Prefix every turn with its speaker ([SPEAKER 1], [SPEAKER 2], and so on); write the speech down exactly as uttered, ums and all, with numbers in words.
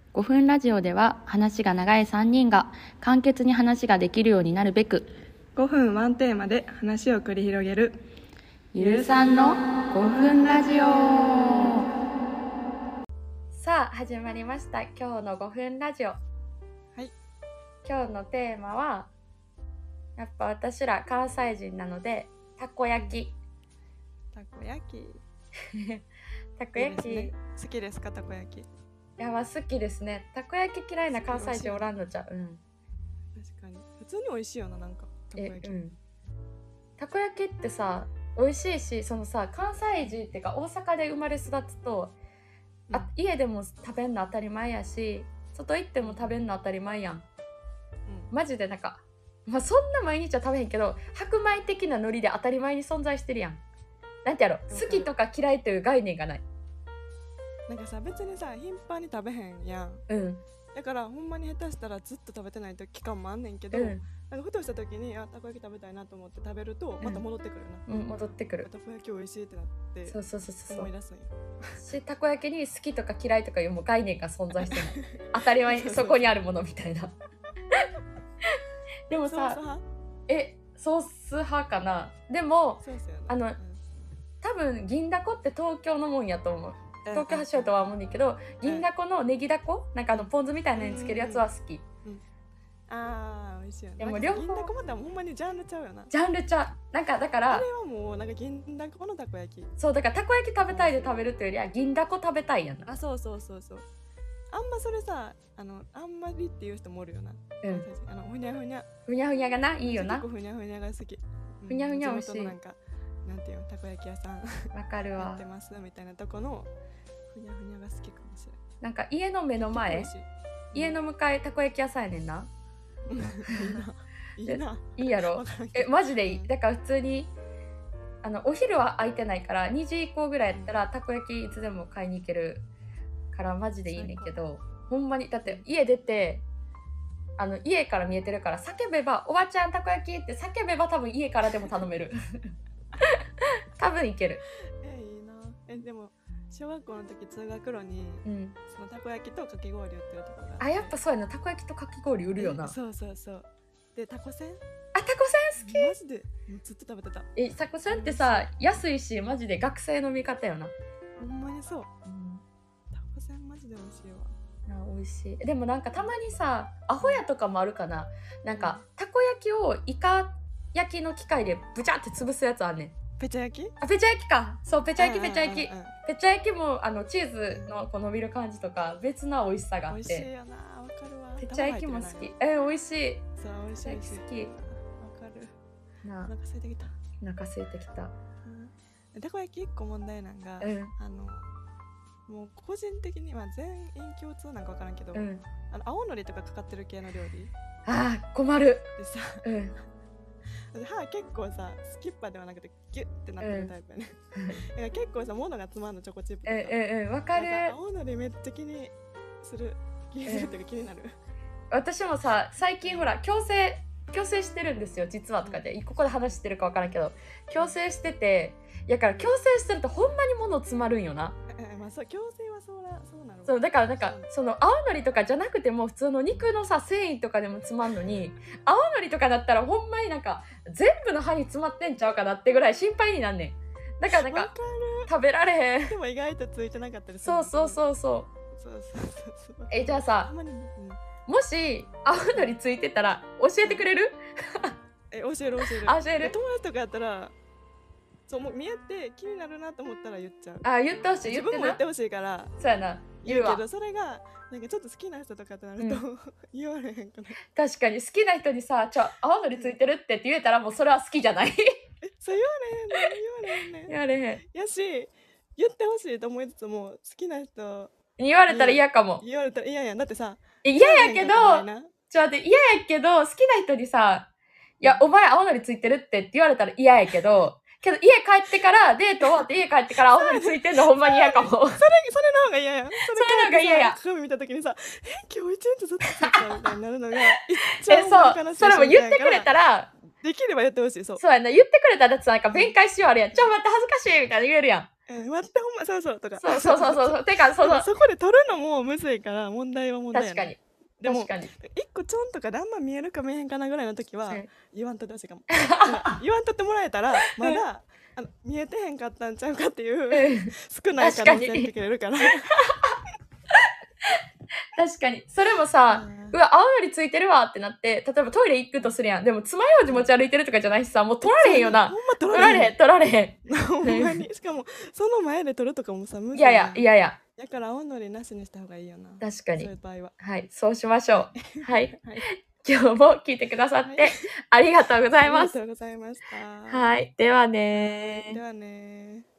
[SPEAKER 1] ごふんラジオでは話が長いさんにんが簡潔に話ができるようになるべく
[SPEAKER 2] ごふんワンテーマで話を繰り広げる
[SPEAKER 1] ゆるさんのごふんラジオ。さあ始まりました、今日のごふんラジオ。はい、今日のテーマはやっぱ私ら関西人なのでたこ焼き。
[SPEAKER 2] たこ焼き
[SPEAKER 1] たこ焼きいい、ね、
[SPEAKER 2] 好きですか？たこ焼き。
[SPEAKER 1] いや、まあ好きですね。たこ焼き嫌いな関西人おらんのちゃう。うん、
[SPEAKER 2] 確かに普通に美味しいよな。なんかたこ焼き、
[SPEAKER 1] え、うん、たこ焼きってさ美味しいし、そのさ関西人っていうか大阪で生まれ育つと、うん、あ家でも食べんの当たり前やし、外行っても食べんの当たり前やん、うん、マジでなんか、まあ、そんな毎日は食べへんけど白米的なノリで当たり前に存在してるやん。なんてやろ、好きとか嫌いという概念がない。
[SPEAKER 2] なんかさ、別にさ頻繁に食べへんやん、
[SPEAKER 1] うん、
[SPEAKER 2] だからほんまに下手したらずっと食べてない期間もあんねんけど、うん、なんかふとした時にあたこ焼き食べたいなと思って食べるとまた戻ってくるな、
[SPEAKER 1] うんうん、戻ってくる。
[SPEAKER 2] たこ焼き美味しいってなって
[SPEAKER 1] そうそうそうそう
[SPEAKER 2] 思い出すんよ
[SPEAKER 1] したこ焼きに好きとか嫌いとかいうもう概念が存在してない当たり前にそこにあるものみたいなでもさ、ソース派？え、ソース派かな。でもそうそう、ね、あの、うん、多分銀だこって東京のもんやと思う。東京発祥とは思うんだけど、銀だこのネギだこ、なんかあのポン酢みたいなのにつけるやつは好き、うんうん、あ
[SPEAKER 2] ー美味しいよね。
[SPEAKER 1] でも両方
[SPEAKER 2] 銀だこまたほんまにジャンルちゃうよな。
[SPEAKER 1] ジャンルちゃう。なんかだから
[SPEAKER 2] あれはもうなんか銀だこのたこ焼き。そう
[SPEAKER 1] だからたこ焼き食べたいで食べるっていうよりは銀だこ食べたいやな。
[SPEAKER 2] あ、そうそうそうそう。あんまそれさ、あのあんまりっていう人もおるよな。うん。あのふにゃふにゃ。
[SPEAKER 1] ふにゃふにゃがないいよな。
[SPEAKER 2] 結構ふにゃふにゃが好き。
[SPEAKER 1] ふにゃふにゃ美味しい。
[SPEAKER 2] 地元のなんかなんていうの、たこ焼き屋さん
[SPEAKER 1] わかるわ。
[SPEAKER 2] やってますみたいなとこのふにゃふにゃが好きかもしれない。
[SPEAKER 1] なんか家の目の前、家の向かいたこ焼き屋さんやねんな。
[SPEAKER 2] いいな。いいな。
[SPEAKER 1] いいやろ。え、マジでいい。だから普通にあのお昼は空いてないからにじ以降ぐらいやったらたこ焼きいつでも買いに行けるからマジでいいねんけど、ほんまにだって家出てあの家から見えてるから叫べばおばちゃんたこ焼きって叫べば多分家からでも頼める多分いける。
[SPEAKER 2] え、いいな。え、でも小学校の時通学路に、うん、そのたこ焼きとかき氷売ってるところがあって、
[SPEAKER 1] あ、やっぱそうやな、たこ焼きとかき氷売るよな。
[SPEAKER 2] そうそうそう。でたこせん、あ、
[SPEAKER 1] たこせん好き。
[SPEAKER 2] マジでずっと食べてた。
[SPEAKER 1] え、たこせんってさ安いしマジで学生の味方よな。
[SPEAKER 2] ほんまにそう、うん、たこせんマジで美味しいわ。
[SPEAKER 1] 美味しい。でもなんかたまにさアホ屋とかもあるかな、なんかたこ焼きをイカ焼きの機械でブチャって潰すやつあんねん。
[SPEAKER 2] ペチャ焼き？
[SPEAKER 1] あ、ペチャ焼きか。そう、ペチャ焼き、ペチャ焼き、ペチャ焼きもあのチーズのこう伸びる感じとか別な美味しさがあって、
[SPEAKER 2] 美味しいよな。わかるわ。
[SPEAKER 1] ペチャ焼きも好き。え、美味しい。
[SPEAKER 2] そう、美味しい。好き。わかる。なあ、お腹空いてきた。
[SPEAKER 1] お腹空いてきた。
[SPEAKER 2] うん、たこ焼き一個問題なんが、うん、あのもう個人的には全員共通なんか分からんけど、うん、あの青のりとかかかってる系の料理、
[SPEAKER 1] あー困る。でさ、うん、
[SPEAKER 2] 歯結構さスキッパーではなくてギュッてなってるタイプやね、うん、だから結構さ物が詰まるのチョコチップとか、
[SPEAKER 1] うんうんうん、分かる。
[SPEAKER 2] 青のりめっちゃ気にする気にするっていうか気になる、うん、
[SPEAKER 1] 私もさ最近ほら矯正矯正してるんですよ実はとかで、うん、ここで話してるか分からんけど矯正してて、やから矯正してるとほんまに物詰まるんよな。
[SPEAKER 2] え、まあ、そう矯正はそうだそうなの。
[SPEAKER 1] そうだからなんかその青のりとかじゃなくても普通の肉のさ繊維とかでも詰まんのに、青のりとかだったらほんまになんか全部の歯に詰まってんちゃうかなってぐらい心配になんねん。だからなんか食べられへん。
[SPEAKER 2] でも意外とついてなかったりす
[SPEAKER 1] る。そうそうそうそう。そうそうそうそう。え、じゃあさ、うん、もし青のりついてたら教えてくれる？
[SPEAKER 2] え、教える教える。
[SPEAKER 1] あ、教える。
[SPEAKER 2] 友達とかやったらそうもう見えて気になるなと思ったら言っちゃう。
[SPEAKER 1] あ、言ってほしい。
[SPEAKER 2] 自分も言ってほしいから
[SPEAKER 1] そうやな、
[SPEAKER 2] 言うけど、それがなんかちょっと好きな人とかとなると、うん、言われへんくない？
[SPEAKER 1] 確かに好きな人にさ、ちょ青のりついてるってって言えたらもうそれは好きじゃない。
[SPEAKER 2] え、そう言われへんねん言われへんねん
[SPEAKER 1] 言われへん
[SPEAKER 2] やし、言ってほしいと思いつつも好きな人
[SPEAKER 1] に言われたら嫌かも。
[SPEAKER 2] 言われたら嫌やん。だってさ
[SPEAKER 1] 嫌やけどちょっと待って、嫌やけど好きな人にさ、いやお前青のりついてるってって言われたら嫌やけどけど家帰ってからデート終わって家帰ってから青のりついてんのほんまに嫌かも。それ
[SPEAKER 2] それの方が嫌やん。そ
[SPEAKER 1] れの方が嫌や。
[SPEAKER 2] 鏡見た時にさ、え今日一日ずっとついてたみたいになるのが一番
[SPEAKER 1] そう、それも言ってくれたら
[SPEAKER 2] できればやってほしい。そう
[SPEAKER 1] そうやな、言ってくれたらだってなんか弁解しようあれやん、ちょ待って恥ずかしいみたいな言えるやん。
[SPEAKER 2] うん、待ってほんまそうそうとか
[SPEAKER 1] そうそうそうそうてかその
[SPEAKER 2] そこで取るのもむずいから問題は問題や、ね、
[SPEAKER 1] 確かに
[SPEAKER 2] でも
[SPEAKER 1] 確かに
[SPEAKER 2] 一個ちょんとかであんま見えるか見えへんかなぐらいの時は言わんとってほしいかも言わんとってもらえたらまだあの見えてへんかったんちゃうかっていう、うん、少ない可能性ってくれるから
[SPEAKER 1] 確かにそれもさ、うん、うわ青のりついてるわってなって例えばトイレ行くとするやんでも爪楊枝持ち歩いてるとかじゃないしさもう取られへんよなほんま取られへん取られへん
[SPEAKER 2] ほんまにしかもその前で取るとかもさむず
[SPEAKER 1] いやいやいやいや
[SPEAKER 2] だから青のりなしにした方がいいよな
[SPEAKER 1] 確かに
[SPEAKER 2] そういう場合は
[SPEAKER 1] はいそうしましょうはい、はい、今日も聞いてくださってありがとうございます
[SPEAKER 2] ありがとうございました
[SPEAKER 1] はいではね
[SPEAKER 2] ではね